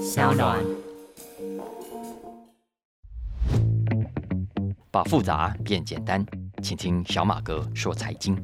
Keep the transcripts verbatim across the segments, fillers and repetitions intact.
小暖， 把复杂变简单，请听小马哥说财经。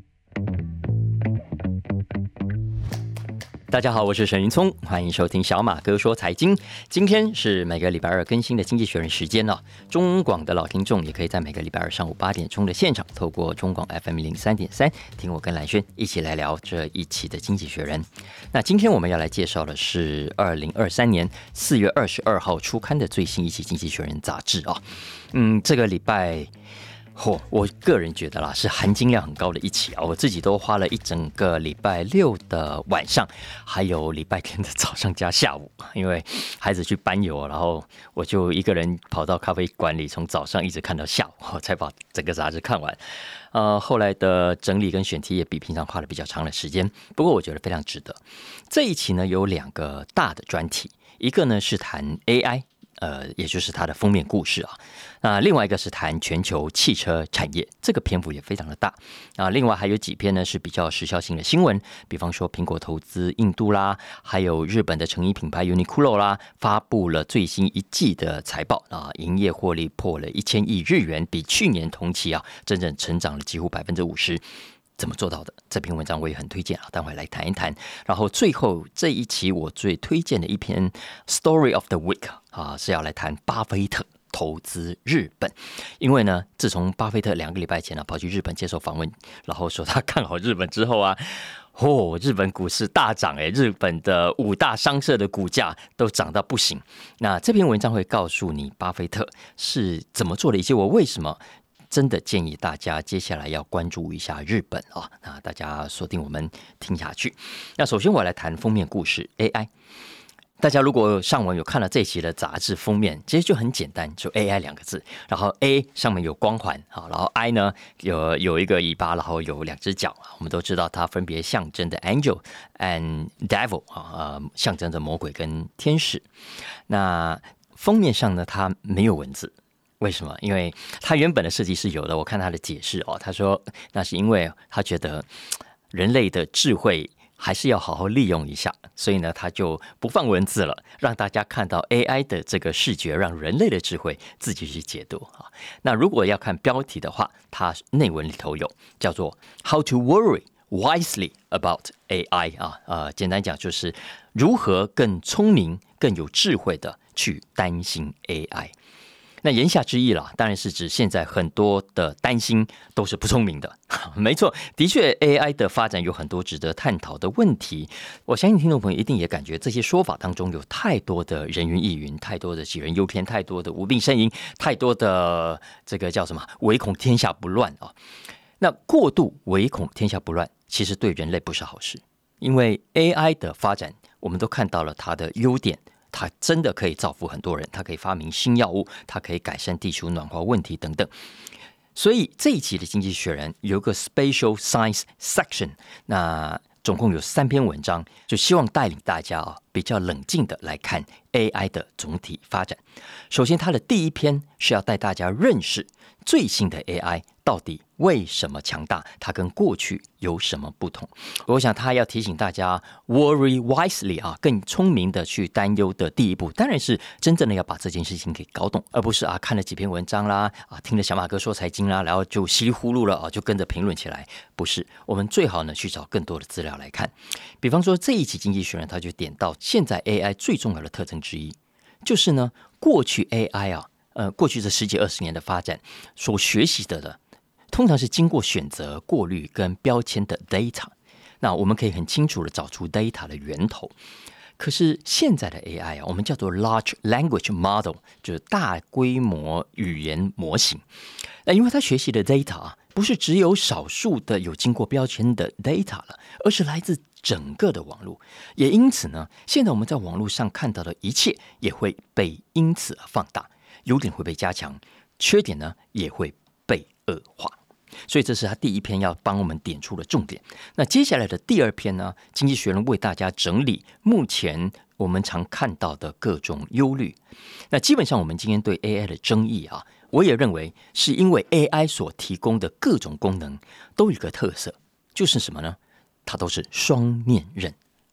大家好，我是沈云聪，欢迎收听小马哥说财经。今天是每个礼拜二更新的经济学人时间了。中广的老听众也可以在每个礼拜二上午八点钟的现场，透过中广 F M 零三点三，听我跟蓝轩一起来聊这一期的经济学人。那今天我们要来介绍的是二零二三年四月二十二号出刊的最新一期经济学人杂志啊。嗯，这个礼拜。哦、我个人觉得啦，是含金量很高的一期啊！我自己都花了一整个礼拜六的晚上，还有礼拜天的早上加下午，因为孩子去班游，然后我就一个人跑到咖啡馆里，从早上一直看到下午，才把整个杂志看完。呃，后来的整理跟选题也比平常花了比较长的时间，不过我觉得非常值得。这一期呢有两个大的专题，一个呢是谈 A I。呃，也就是它的封面故事啊。那另外一个是谈全球汽车产业，这个篇幅也非常的大啊。另外还有几篇呢是比较时效性的新闻，比方说苹果投资印度啦，还有日本的成衣品牌 Uniqlo 啦，发布了最新一季的财报啊，营业获利破了一千亿日元，比去年同期啊，整整成长了几乎百分之五十。怎么做到的？这篇文章我也很推荐啊，待会来谈一谈。然后最后这一期我最推荐的一篇 Story of the Week 啊，是要来谈巴菲特投资日本。因为呢，自从巴菲特两个礼拜前呢、啊、跑去日本接受访问，然后说他看好日本之后啊，哦，日本股市大涨哎，日本的五大商社的股价都涨到不行。那这篇文章会告诉你巴菲特是怎么做的，以及我为什么。真的建议大家接下来要关注一下日本啊！那大家锁定我们听下去。那首先我来谈封面故事 A I。大家如果上网有看了这期的杂志封面，其实就很简单，就 A I 两个字，然后 A 上面有光环，然后 I 呢有有一个尾巴，然后有两只脚。我们都知道它分别象征的 Angel and Devil 啊，象征着魔鬼跟天使。那封面上呢，它没有文字。为什么？因为他原本的设计是有的，我看他的解释哦，他说那是因为他觉得人类的智慧还是要好好利用一下，所以呢他就不放文字了，让大家看到 A I 的这个视觉，让人类的智慧自己去解读啊。那如果要看标题的话，它内文里头有叫做 How to worry wisely about A I 啊，呃，简单讲就是如何更聪明、更有智慧的去担心 A I。那言下之意啦，当然是指现在很多的担心都是不聪明的。没错，的确 A I 的发展有很多值得探讨的问题。我相信听众朋友一定也感觉这些说法当中有太多的人云亦云，太多的杞人忧天，太多的无病呻吟，太多的这个叫什么唯恐天下不乱啊。那过度唯恐天下不乱，其实对人类不是好事，因为 A I 的发展，我们都看到了它的优点。它真的可以造福很多人，它可以发明新药物，它可以改善地球暖化问题等等。所以这一期的《经济学人》有个 Spatial Science Section， 那总共有三篇文章，就希望带领大家啊比较冷静的来看 A I 的总体发展。首先，它的第一篇是要带大家认识最新的 A I 到底为什么强大，它跟过去有什么不同。我想他要提醒大家 worry wisely 啊，更聪明的去担忧的第一步，当然是真正的要把这件事情给搞懂，而不是啊看了几篇文章啦，啊听了小马哥说财经啦，然后就稀里糊涂了啊就跟着评论起来。不是，我们最好呢去找更多的资料来看。比方说这一期经济学人他就点到现在 A I 最重要的特征之一，就是呢过去 A I 啊，呃过去这十几二十年的发展所学习的的。通常是经过选择、过滤跟标签的 data， 那我们可以很清楚的找出 data 的源头。可是现在的 A I 啊，我们叫做 large language model， 就是大规模语言模型。那因为它学习的 data 啊，不是只有少数的有经过标签的 data 了，而是来自整个的网络。也因此呢，现在我们在网络上看到的一切也会被因此而放大，优点会被加强，缺点呢也会被恶化。所以这是他第一篇要帮我们点出的重点。那接下来的第二篇呢，经济学人为大家整理目前我们常看到的各种忧虑。那基本上我们今天对 A I 的争议啊，我也认为是因为 A I 所提供的各种功能都有一个特色，就是什么呢？它都是双面刃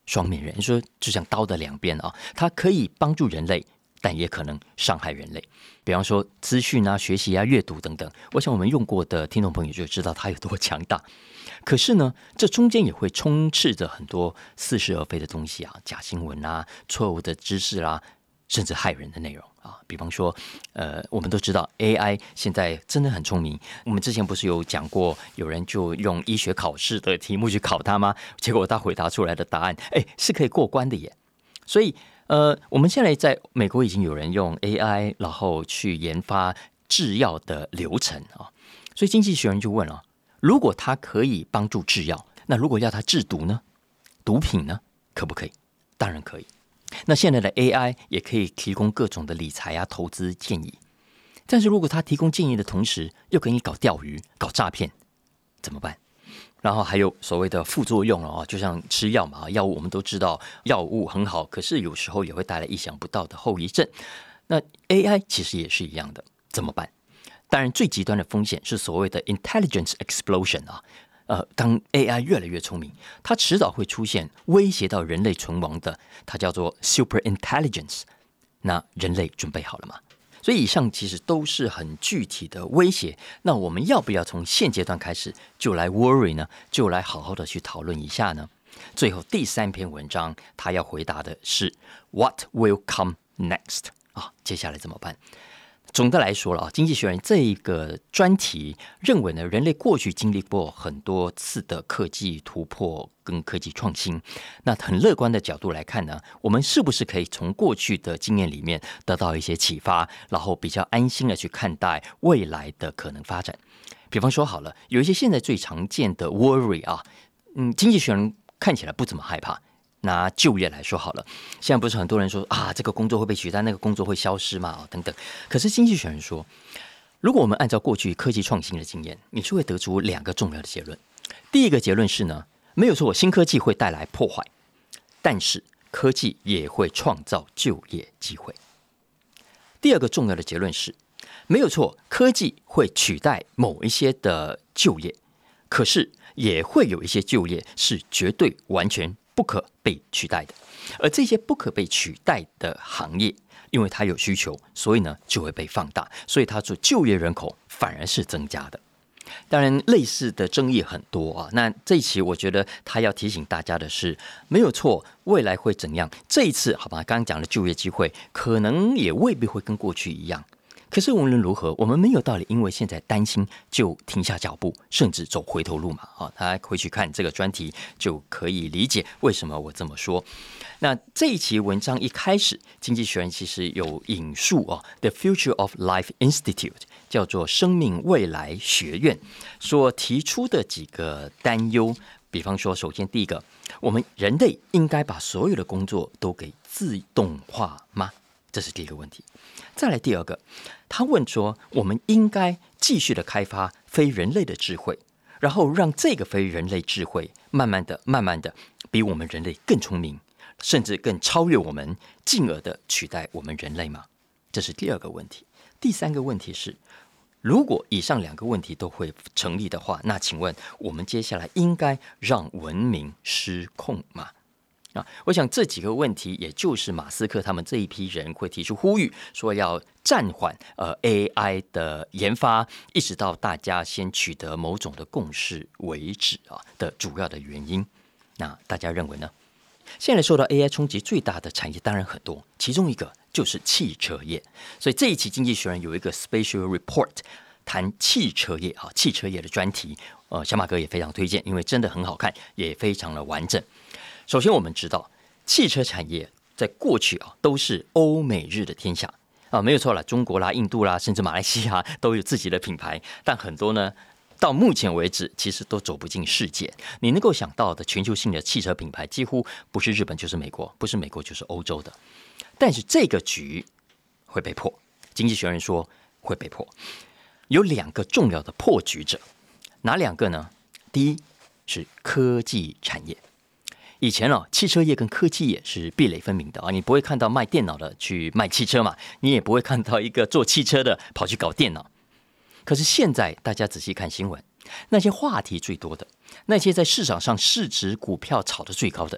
双面刃，说就像刀的两边啊，它可以帮助人类，但也可能伤害人类。比方说资讯啊、学习啊、阅读等等，我想我们用过的听众朋友就知道它有多强大。可是呢，这中间也会充斥着很多似是而非的东西啊，假新闻啊、错误的知识啦、啊，甚至害人的内容啊。比方说，呃，我们都知道 A I 现在真的很聪明。我们之前不是有讲过，有人就用医学考试的题目去考他吗？结果他回答出来的答案，哎，是可以过关的耶。所以，呃，我们现在在美国已经有人用 A I， 然后去研发制药的流程啊。所以经济学人就问了。如果它可以帮助制药，那如果要它制毒呢？毒品呢？可不可以？当然可以。那现在的 A I 也可以提供各种的理财啊、投资建议。但是如果它提供建议的同时，又给你搞钓鱼、搞诈骗，怎么办？然后还有所谓的副作用哦，就像吃药嘛，药物我们都知道药物很好，可是有时候也会带来意想不到的后遗症。那 A I 其实也是一样的，怎么办？当然，最极端的风险是所谓的 intelligence explosion 啊，呃，当 A I 越来越聪明，它迟早会出现威胁到人类存亡的，它叫做 super intelligence。那人类准备好了吗？所以以上其实都是很具体的威胁。那我们要不要从现阶段开始就来 worry 呢？就来好好的去讨论一下呢？最后第三篇文章，它要回答的是 What will come next 啊？接下来怎么办？总的来说了啊，经济学人这个专题认为呢，人类过去经历过很多次的科技突破跟科技创新。那很乐观的角度来看呢，我们是不是可以从过去的经验里面得到一些启发，然后比较安心的去看待未来的可能发展？比方说好了，有一些现在最常见的 worry 啊，嗯，经济学人看起来不怎么害怕。拿就业来说好了，现在不是很多人说啊，这个工作会被取代，那个工作会消失嘛，哦、等等。可是经济学人说，如果我们按照过去科技创新的经验，你是会得出两个重要的结论。第一个结论是呢，没有错，新科技会带来破坏，但是科技也会创造就业机会。第二个重要的结论是，没有错，科技会取代某一些的就业，可是也会有一些就业是绝对完全不可被取代的，而这些不可被取代的行业，因为它有需求，所以呢就会被放大，所以它的就业人口反而是增加的。当然，类似的争议很多啊。那这一期我觉得他要提醒大家的是，没有错，未来会怎样？这一次，好吧，刚刚讲的就业机会，可能也未必会跟过去一样。可是无论如何，我们没有道理因为现在担心就停下脚步，甚至走回头路嘛。啊，大家回去看这个专题就可以理解为什么我这么说。那这一期文章一开始，经济学人其实有引述哦 ，The Future of Life Institute 叫做生命未来学院所提出的几个担忧。比方说，首先第一个，我们人类应该把所有的工作都给自动化吗？这是第一个问题。再来第二个，他问说，我们应该继续的开发非人类的智慧，然后让这个非人类智慧慢慢的、慢慢的比我们人类更聪明，甚至更超越我们，进而的取代我们人类吗？这是第二个问题。第三个问题是，如果以上两个问题都会成立的话，那请问我们接下来应该让文明失控吗？啊，我想这几个问题，也就是马斯克他们这一批人会提出呼吁，说要暂缓呃 A I 的研发，一直到大家先取得某种的共识为止啊的主要的原因。那大家认为呢？现在受到 A I 冲击最大的产业当然很多，其中一个就是汽车业。所以这一期《经济学人》有一个 Special Report 谈汽车业啊，汽车业的专题，呃，小马哥也非常推荐，因为真的很好看，也非常的完整。首先，我们知道汽车产业在过去啊都是欧美日的天下啊，没有错了，中国啦、印度啦，甚至马来西亚都有自己的品牌，但很多呢，到目前为止其实都走不进世界。你能够想到的全球性的汽车品牌，几乎不是日本就是美国，不是美国就是欧洲的。但是这个局会被破，经济学人说会被破，有两个重要的破局者，哪两个呢？第一是科技产业。以前哦，汽车业跟科技业是壁垒分明的啊，你不会看到卖电脑的去卖汽车嘛，你也不会看到一个做汽车的跑去搞电脑。可是现在大家仔细看新闻，那些话题最多的，那些在市场上市值股票炒得最高的，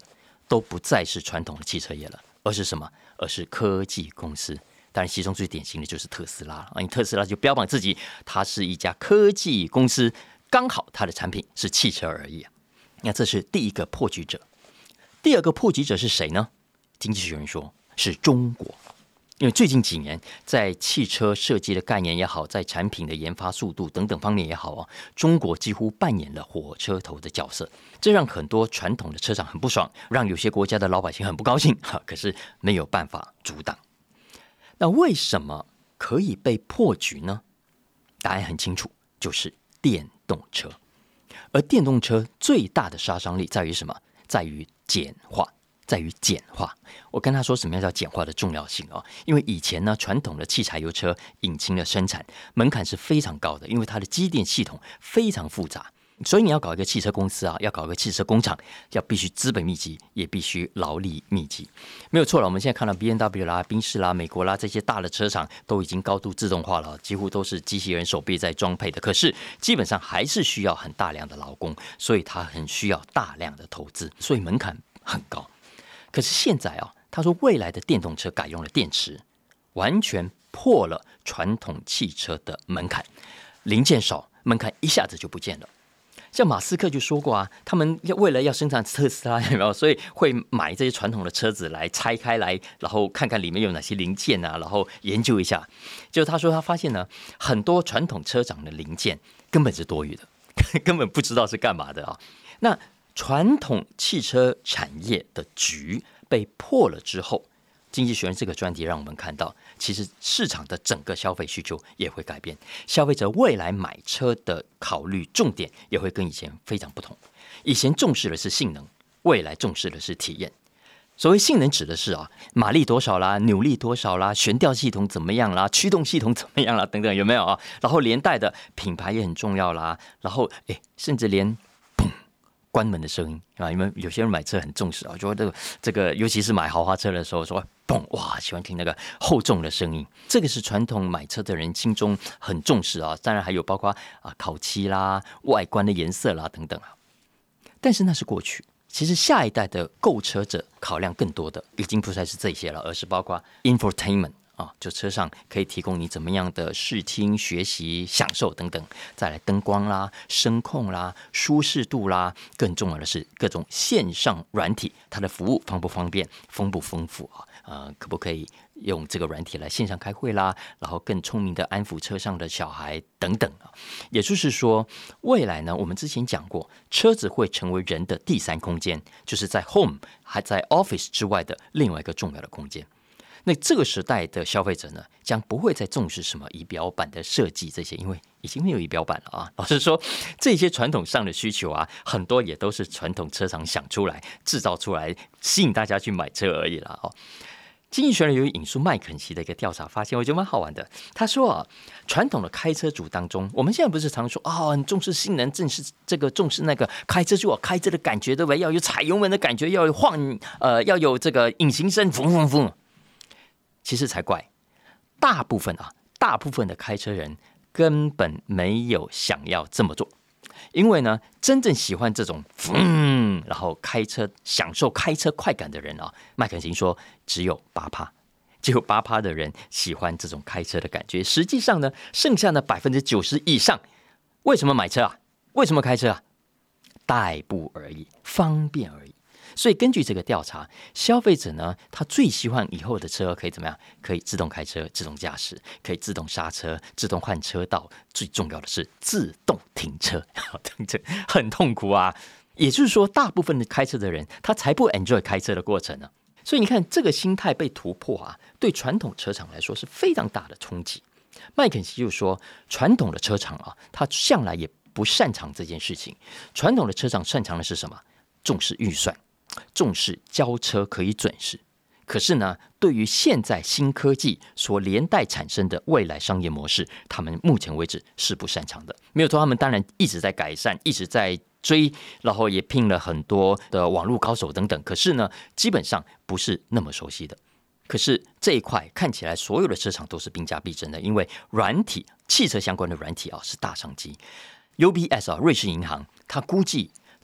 都不再是传统的汽车业了，而是什么？而是科技公司。当然，其中最典型的就是特斯拉啊，因为特斯拉就标榜自己它是一家科技公司，刚好它的产品是汽车而已啊。那这是第一个破局者。第二个破局者是谁呢？经济学人说是中国。因为最近几年，在汽车设计的概念也好，在产品的研发速度等等方面也好啊，中国几乎扮演了火车头的角色，这让很多传统的车厂很不爽，让有些国家的老百姓很不高兴，可是没有办法阻挡。那为什么可以被破局呢？答案很清楚，就是电动车。而电动车最大的杀伤力在于什么？在于简化。在于简化。我跟他说什么样叫简化的重要性哦，因为以前呢，传统的汽柴油车引擎的生产门槛是非常高的，因为它的机电系统非常复杂，所以你要搞一个汽车公司啊，要搞一个汽车工厂，要必须资本密集，也必须劳力密集，没有错了。我们现在看到 B M W 啦、宾士啦、美国啦这些大的车厂都已经高度自动化了，几乎都是机器人手臂在装配的，可是基本上还是需要很大量的劳工，所以它很需要大量的投资，所以门槛很高。可是现在啊，他说未来的电动车改用了电池，完全破了传统汽车的门槛，零件少，门槛一下子就不见了。像马斯克就说过啊，他们为了要生产特斯拉，有没有？所以会买这些传统的车子来拆开来，然后看看里面有哪些零件啊，然后研究一下。就他说他发现呢，很多传统车厂的零件根本是多余的，根本不知道是干嘛的啊。那传统汽车产业的局被破了之后，经济学人这个专题让我们看到，其实市场的整个消费需求也会改变，消费者未来买车的考虑重点也会跟以前非常不同。以前重视的是性能，未来重视的是体验。所谓性能指的是啊，马力多少啦，扭力多少啦，悬吊系统怎么样啦，驱动系统怎么样啦，等等，有没有啊？然后连带的品牌也很重要啦，然后诶，甚至连关门的声音啊，因为有些人买车很重视啊，就这个这个，尤其是买豪华车的时候，说嘣哇，喜欢听那个厚重的声音。这个是传统买车的人心中很重视啊。当然还有包括啊烤漆啦、外观的颜色啦等等啊。但是那是过去，其实下一代的购车者考量更多的，已经不再是这些了，而是包括 infotainment。啊，就车上可以提供你怎么样的视听、学习、享受等等，再来灯光啦、声控啦、舒适度啦，更重要的是各种线上软体，它的服务方不方便、丰不丰富啊？呃，可不可以用这个软体来线上开会啦？然后更聪明的安抚车上的小孩等等啊。也就是说，未来呢，我们之前讲过，车子会成为人的第三空间，就是在 home 还在 office 之外的另外一个重要的空间。那这个时代的消费者呢，将不会再重视什么仪表板的设计这些，因为已经没有仪表板了啊。老实说，这些传统上的需求啊，很多也都是传统车厂想出来、制造出来，吸引大家去买车而已啦。哦，经济学人有引述麦肯锡的一个调查发现，我觉得蛮好玩的。他说啊，传统的开车族当中，我们现在不是常说啊、哦，很重视性能，正是这个重视那个开车就有开车的感觉，对不对？要有踩油门的感觉，要有晃呃，要有这个引擎声，嗡嗡嗡。其实才怪，大部分啊，大部分的开车人根本没有想要这么做，因为呢，真正喜欢这种嗯，然后开车享受开车快感的人啊，麦肯锡说只有八趴，只有八趴的人喜欢这种开车的感觉。实际上呢，剩下的百分之九十以上，为什么买车啊？为什么开车啊？代步而已，方便而已。所以根据这个调查，消费者呢，他最希望以后的车可以怎么样？可以自动开车、自动驾驶，可以自动刹车、自动换车道，最重要的是自动停车。这很痛苦啊！也就是说，大部分的开车的人，他才不 enjoy 开车的过程呢。所以你看，这个心态被突破啊，对传统车厂来说是非常大的冲击。麦肯锡就说，传统的车厂啊，他向来也不擅长这件事情。传统的车厂擅长的是什么？重视预算。重视交车可以准时，可是呢，对于现在新科技所连带产生的未来商业模式，他们目前为止是不擅长的。没有错，他们当然一直在改善，一直在追，然后也聘了很多的网络高手等等。可是呢，基本上不是那么熟悉的。可是这一块看起来，所有的车厂都是兵家必争的，因为软体、汽车相关的软体啊是大商机。U B S 啊，瑞士银行，它估计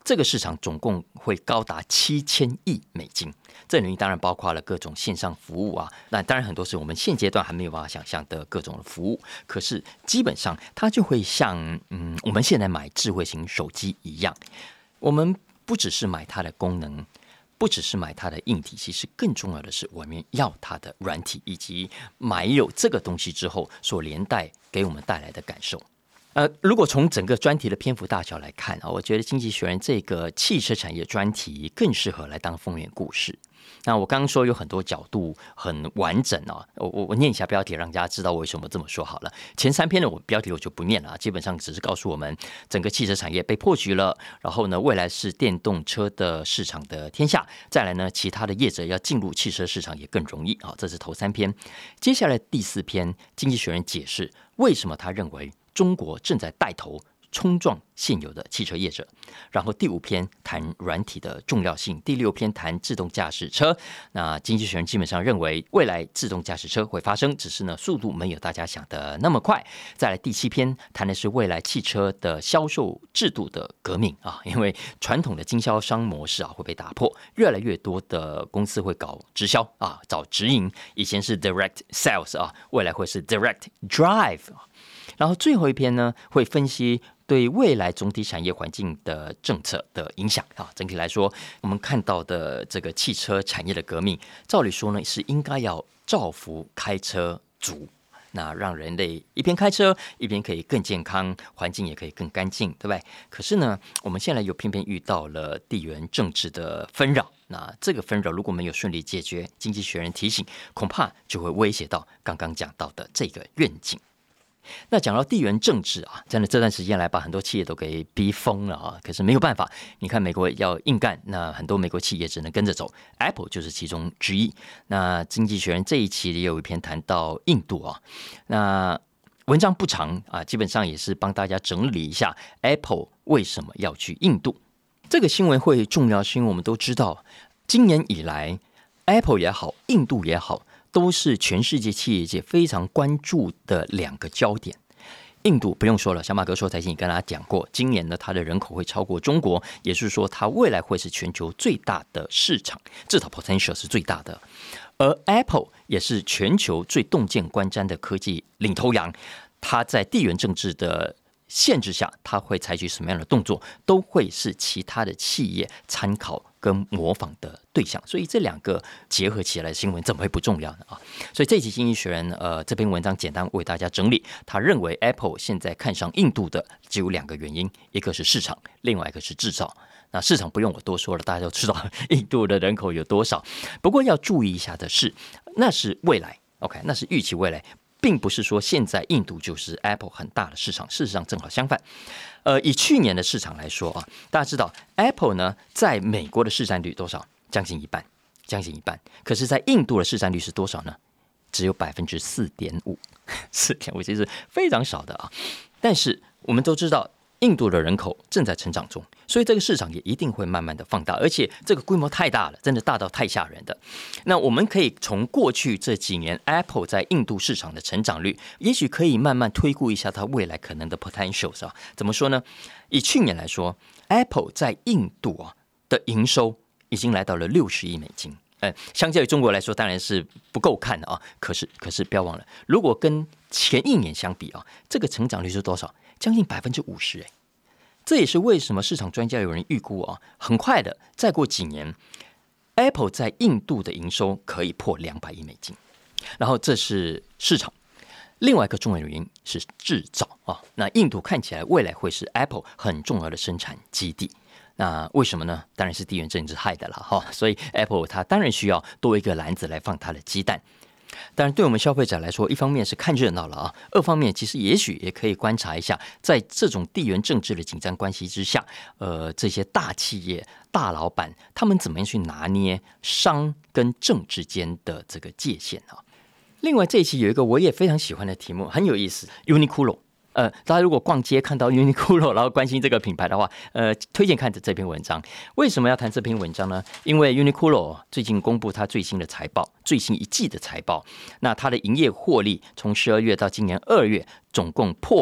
这个市场总共会高达七千亿美金。这里面当然包括了各种线上服务啊，那当然很多是我们现阶段还没有办法想象的各种服务。可是基本上它就会像嗯我们现在买智慧型手机一样，我们不只是买它的功能，不只是买它的硬体，其实更重要的是我们要它的软体，以及买有这个东西之后所连带给我们带来的感受。呃，如果从整个专题的篇幅大小来看啊，我觉得《经济学人》这个汽车产业专题更适合来当封面故事。那我刚刚说有很多角度很完整啊，我我我念一下标题，让大家知道为什么这么说好了。前三篇的我标题我就不念了，基本上只是告诉我们整个汽车产业被破局了，然后呢，未来是电动车的市场的天下。再来呢，其他的业者要进入汽车市场也更容易啊，这是头三篇。接下来第四篇，《经济学人》解释为什么他认为中国正在带头冲撞现有的汽车业者，然后第五篇谈软体的重要性，第六篇谈自动驾驶车。那经济学人基本上认为未来自动驾驶车会发生，只是呢速度没有大家想的那么快。再来第七篇谈的是未来汽车的销售制度的革命啊，因为传统的经销商模式啊会被打破，越来越多的公司会搞直销啊，找直营，以前是 direct sales 啊，未来会是 direct drive。然后最后一篇呢，会分析对未来总体产业环境的政策的影响啊。整体来说，我们看到的这个汽车产业的革命，照理说呢是应该要造福开车族，那让人类一边开车一边可以更健康，环境也可以更干净，对不对？可是呢，我们现在又偏偏遇到了地缘政治的纷扰。那这个纷扰如果没有顺利解决，经济学人提醒，恐怕就会威胁到刚刚讲到的这个愿景。那讲到地缘政治啊，真的这段时间来把很多企业都给逼疯了啊！可是没有办法，你看美国要硬干，那很多美国企业只能跟着走 ，Apple 就是其中之一。那经济学人这一期也有一篇谈到印度啊，那文章不长啊，基本上也是帮大家整理一下 Apple 为什么要去印度。这个新闻会重要，是因为我们都知道，今年以来 Apple 也好，印度也好，都是全世界企业界非常关注的两个焦点。印度不用说了，小马哥说财经也跟大家讲过，今年呢，它的人口会超过中国，也就是说，它未来会是全球最大的市场，至少 potential 是最大的。而 Apple 也是全球最洞见观瞻的科技领头羊，它在地缘政治的限制下，它会采取什么样的动作，都会是其他的企业参考跟模仿的对象。所以这两个结合起来的新闻怎么会不重要呢啊？所以这一期经济学人呃这篇文章简单为大家整理，他认为 Apple 现在看上印度的只有两个原因，一个是市场，另外一个是制造。那市场不用我多说了，大家都知道印度的人口有多少。不过要注意一下的是，那是未来 ，OK， 那是预期未来。并不是说现在印度就是 Apple 很大的市场，事实上正好相反。呃，以去年的市场来说啊，大家知道 Apple 呢在美国的市占率多少？将近一半，将近一半。可是，在印度的市占率是多少呢？只有百分之四点五，四点五其实非常少的啊。但是我们都知道，印度的人口正在成长中，所以这个市场也一定会慢慢的放大，而且这个规模太大了，真的大到太吓人的。那我们可以从过去这几年 Apple 在印度市场的成长率，也许可以慢慢推估一下它未来可能的 potentials 啊。怎么说呢？以去年来说 ，Apple 在印度啊的营收已经来到了六十亿美金。呃，相较于中国来说，当然是不够看的啊。可是，可是不要忘了，如果跟前一年相比啊，这个成长率是多少？将近百分之五十哎。这也是为什么市场专家有人预估啊，很快的，再过几年 ，Apple 在印度的营收可以破两百亿美金。然后这是市场，另外一个重要原因是制造啊。那印度看起来未来会是 Apple 很重要的生产基地。那为什么呢？当然是地缘政治害的了哈。所以 Apple 它当然需要多一个篮子来放它的鸡蛋。当然，对我们消费者来说，一方面是看热闹了啊，二方面其实也许也可以观察一下，在这种地缘政治的紧张关系之下，呃，这些大企业、大老板他们怎么样去拿捏商跟政之间的这个界限啊？另外，这一期有一个我也非常喜欢的题目，很有意思 ，Uniqlo。呃，大家如果逛街看到 Uniqlo， 然后关心这个品牌的话，呃，推荐看这篇文章。为什么要谈这篇文章呢？因为 Uniqlo 最近公布它最新的财报，最新一季的财报。那它的营业获利从十二月到今年二月，总共破了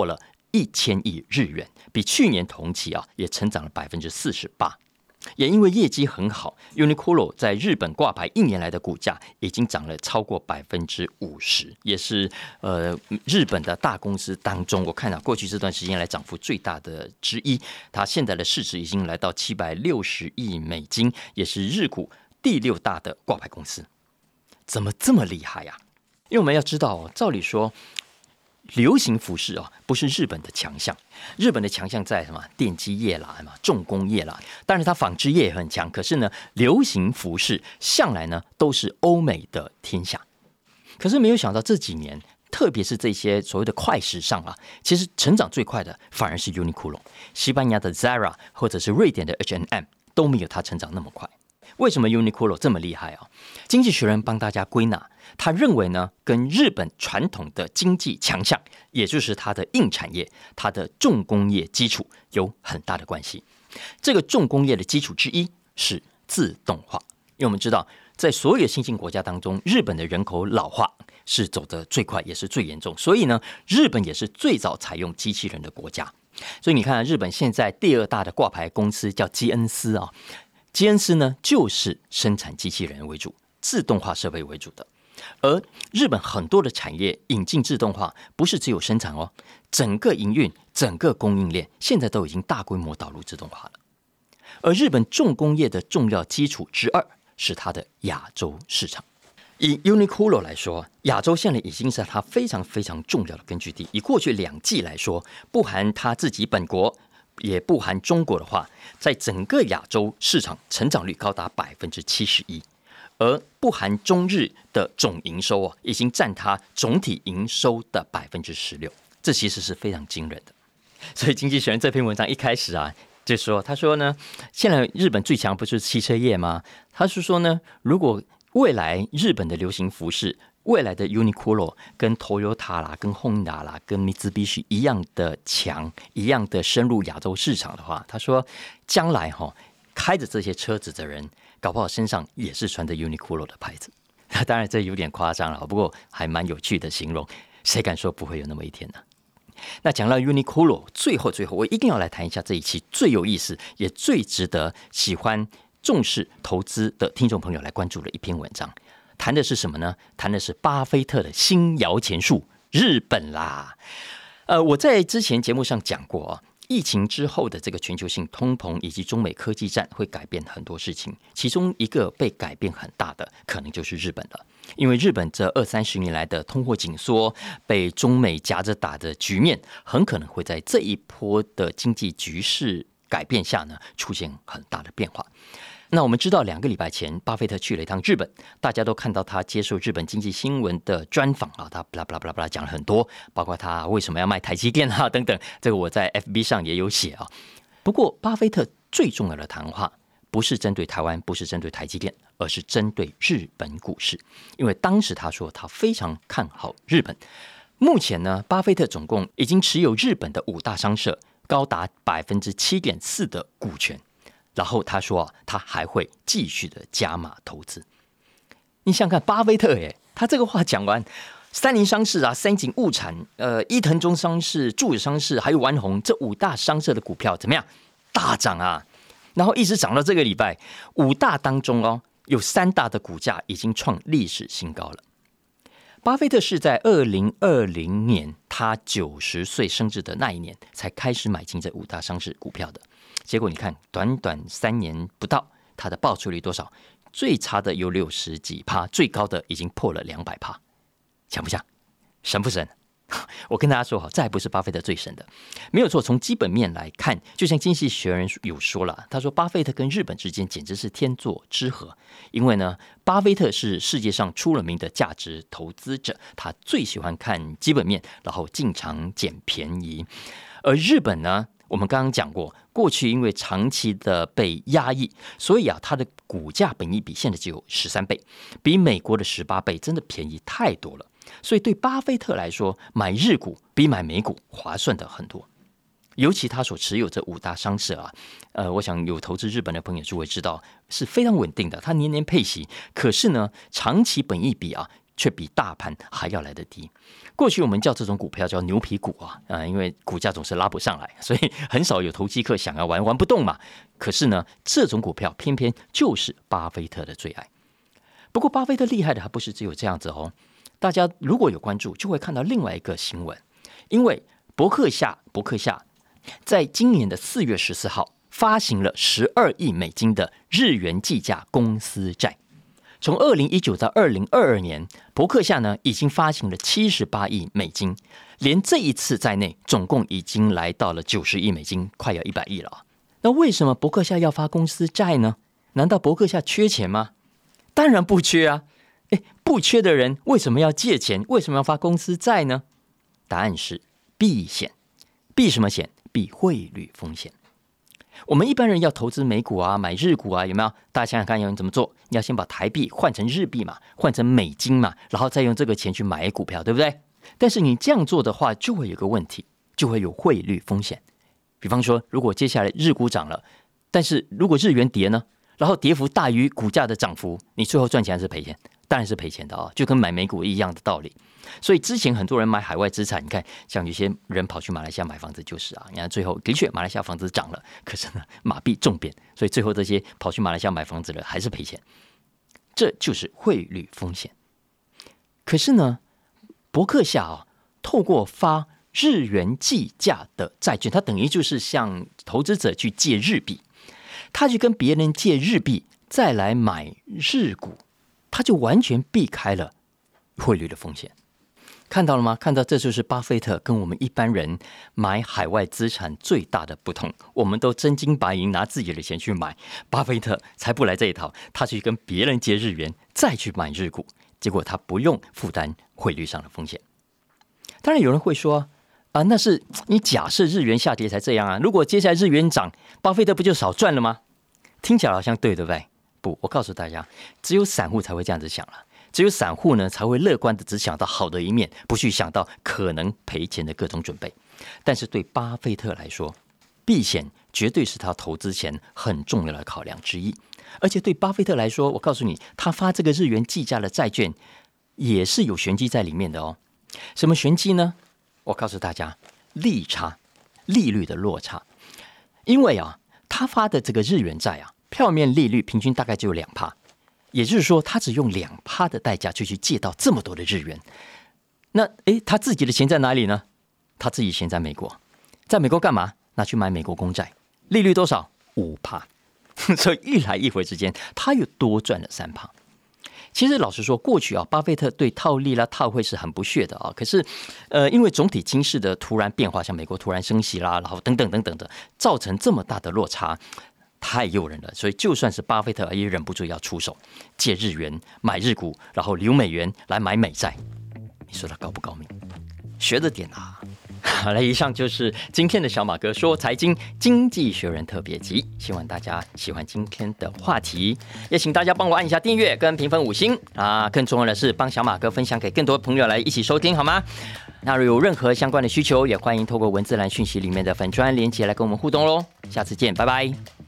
一千亿日元，比去年同期啊也成长了百分之四十八。也因为业绩很好 ，Uniqlo 在日本挂牌一年来的股价已经涨了超过百分之五十，也是呃日本的大公司当中，我看到过去这段时间来涨幅最大的之一。它现在的市值已经来到七百六十亿美金，也是日股第六大的挂牌公司。怎么这么厉害呀、啊？因为我们要知道、哦，照理说。流行服饰啊，不是日本的强项。日本的强项在什么？电机业啦，什么重工业啦。当然，它纺织业也很强。可是呢，流行服饰向来呢都是欧美的天下。可是没有想到这几年，特别是这些所谓的快时尚啊，其实成长最快的反而是 Uniqlo。西班牙的 Zara 或者是瑞典的 H and M 都没有它成长那么快。为什么 Uniqlo 这么厉害啊？经济学人帮大家归纳，他认为呢，跟日本传统的经济强项，也就是它的硬产业、它的重工业基础有很大的关系。这个重工业的基础之一是自动化，因为我们知道，在所有的新兴国家当中，日本的人口老化是走得最快，也是最严重，所以呢，日本也是最早采用机器人的国家。所以你看，日本现在第二大的挂牌公司叫基恩斯啊。基恩斯呢，就是生产机器人为主、自动化设备为主的。而日本很多的产业引进自动化，不是只有生产哦，整个营运、整个供应链现在都已经大规模导入自动化了。而日本重工业的重要基础之二是它的亚洲市场。以 Uniqlo 来说，亚洲现在已经是它非常非常重要的根据地。以过去两季来说，不含它自己本国。也不含中国的话，在整个亚洲市场成长率高达百分之七十一，而不含中日的总营收啊，已经占它总体营收的百分之十六，这其实是非常惊人的。所以《经济学人》这篇文章一开始啊，就说他说呢，现在日本最强不是汽车业吗？他是说呢，如果未来日本的流行服饰。未来的 Uniqlo 跟 Toyota 啦、跟 Honda 啦、跟 Mitsubishi 一样的强，一样的深入亚洲市场的话，他说将来哈、哦、开着这些车子的人，搞不好身上也是穿着 Uniqlo 的牌子。当然这有点夸张了，不过还蛮有趣的形容。谁敢说不会有那么一天呢？那讲到 Uniqlo， 最后最后我一定要来谈一下这一期最有意思，也最值得喜欢重视投资的听众朋友来关注的一篇文章。谈的是什么呢？谈的是巴菲特的新摇钱树，日本啦。呃，我在之前节目上讲过啊，疫情之后的这个全球性通膨以及中美科技战会改变很多事情，其中一个被改变很大的，可能就是日本了。因为日本这二三十年来的通货紧缩，被中美夹着打的局面，很可能会在这一波的经济局势改变下呢，出现很大的变化。那我们知道，两个礼拜前，巴菲特去了一趟日本，大家都看到他接受日本经济新闻的专访啊，他巴拉巴拉巴拉巴拉讲了很多，包括他为什么要卖台积电啊等等，这个我在 F B 上也有写啊。不过，巴菲特最重要的谈话不是针对台湾，不是针对台积电，而是针对日本股市，因为当时他说他非常看好日本。目前呢，巴菲特总共已经持有日本的五大商社高达百分之七点四的股权。然后他说、啊、他还会继续的加码投资。你想想看，巴菲特耶，他这个话讲完，三菱商事啊、三井物产、呃伊藤忠商事、住友商事还有丸红这五大商社的股票怎么样？大涨啊！然后一直涨到这个礼拜，五大当中哦，有三大的股价已经创历史新高了。巴菲特是在二零二零年他九十岁生日的那一年才开始买进这五大商事股票的。结果你看，短短三年不到，它的报酬率多少？最差的有六十几趴，最高的已经破了两百趴，强不强？神不神？我跟大家说哈，这还不是巴菲特最神的，没有错。从基本面来看，就像经济学人有说了，他说巴菲特跟日本之间简直是天作之合，因为呢，巴菲特是世界上出了名的价值投资者，他最喜欢看基本面，然后进场捡便宜，而日本呢？我们刚刚讲过，过去因为长期的被压抑，所以啊，它的股价本益比现在只有十三倍，比美国的十八倍真的便宜太多了。所以对巴菲特来说，买日股比买美股划算的很多。尤其他所持有这五大商社啊，呃，我想有投资日本的朋友就会知道是非常稳定的，它年年配息，可是呢，长期本益比啊， 却比大盘还要来得低。过去我们叫这种股票叫牛皮股啊，呃，因为股价总是拉不上来，所以很少有投机客想要玩，玩不动嘛。可是呢，这种股票偏偏就是巴菲特的最爱。不过巴菲特厉害的还不是只有这样子哦，大家如果有关注，就会看到另外一个新闻，因为伯克夏伯克夏在今年的四月十四号发行了十二亿美金的日元计价公司债。从二零一九到二零二二年，伯克夏呢已经发行了七十八亿美金，连这一次在内，总共已经来到了九十亿美金，快要一百亿了。那为什么伯克夏要发公司债呢？难道伯克夏缺钱吗？当然不缺啊！诶，不缺的人为什么要借钱？为什么要发公司债呢？答案是避险。避什么险？避汇率风险。我们一般人要投资美股啊，买日股啊，有没有？大家想想看，要怎么做？你要先把台币换成日币嘛，换成美金嘛，然后再用这个钱去买股票，对不对？但是你这样做的话，就会有个问题，就会有汇率风险。比方说，如果接下来日股涨了，但是如果日元跌呢，然后跌幅大于股价的涨幅，你最后赚钱还是赔钱？当然是赔钱的啊，就跟买美股一样的道理。所以之前很多人买海外资产，你看像有些人跑去马来西亚买房子就是啊，你看最后的确马来西亚房子涨了，可是呢马币重贬，所以最后这些跑去马来西亚买房子的还是赔钱，这就是汇率风险。可是呢，伯克夏啊，透过发日元计价的债券，它等于就是向投资者去借日币，他去跟别人借日币，再来买日股，他就完全避开了汇率的风险。看到了吗？看到，这就是巴菲特跟我们一般人买海外资产最大的不同。我们都真金白银拿自己的钱去买，巴菲特才不来这一套，他去跟别人借日元，再去买日股，结果他不用负担汇率上的风险。当然有人会说啊，那是你假设日元下跌才这样啊，如果接下来日元涨，巴菲特不就少赚了吗？听起来好像对，对不对？不，我告诉大家，只有散户才会这样子想了。只有散户呢才会乐观的只想到好的一面，不去想到可能赔钱的各种准备。但是对巴菲特来说，避险绝对是他投资前很重要的考量之一。而且对巴菲特来说，我告诉你，他发这个日元计价的债券也是有玄机在里面的哦。什么玄机呢？我告诉大家，利差，利率的落差。因为啊，他发的这个日元债啊，票面利率平均大概只有两趴。也就是说，他只用两趴的代价就去借到这么多的日元。那诶，他自己的钱在哪里呢？他自己钱在美国，在美国干嘛？拿去买美国公债，利率多少？五趴。所以一来一回之间，他又多赚了三趴。其实老实说，过去啊，巴菲特对套利啦、套汇是很不屑的啊。可是，呃，因为总体经势的突然变化，像美国突然升息啦，然后等等等等的，造成这么大的落差。太诱人了，所以就算是巴菲特也忍不住要出手，借日元买日股，然后留美元来买美债。你说他高不高明？学着点啊！好了，以上就是今天的小马哥说财经经济学人特别集，希望大家喜欢今天的话题，也请大家帮我按一下订阅跟评分五星啊！更重要的是帮小马哥分享给更多朋友来一起收听，好吗？那如果有任何相关的需求，也欢迎透过文字栏讯息里面的粉专连结来跟我们互动喽。下次见，拜拜。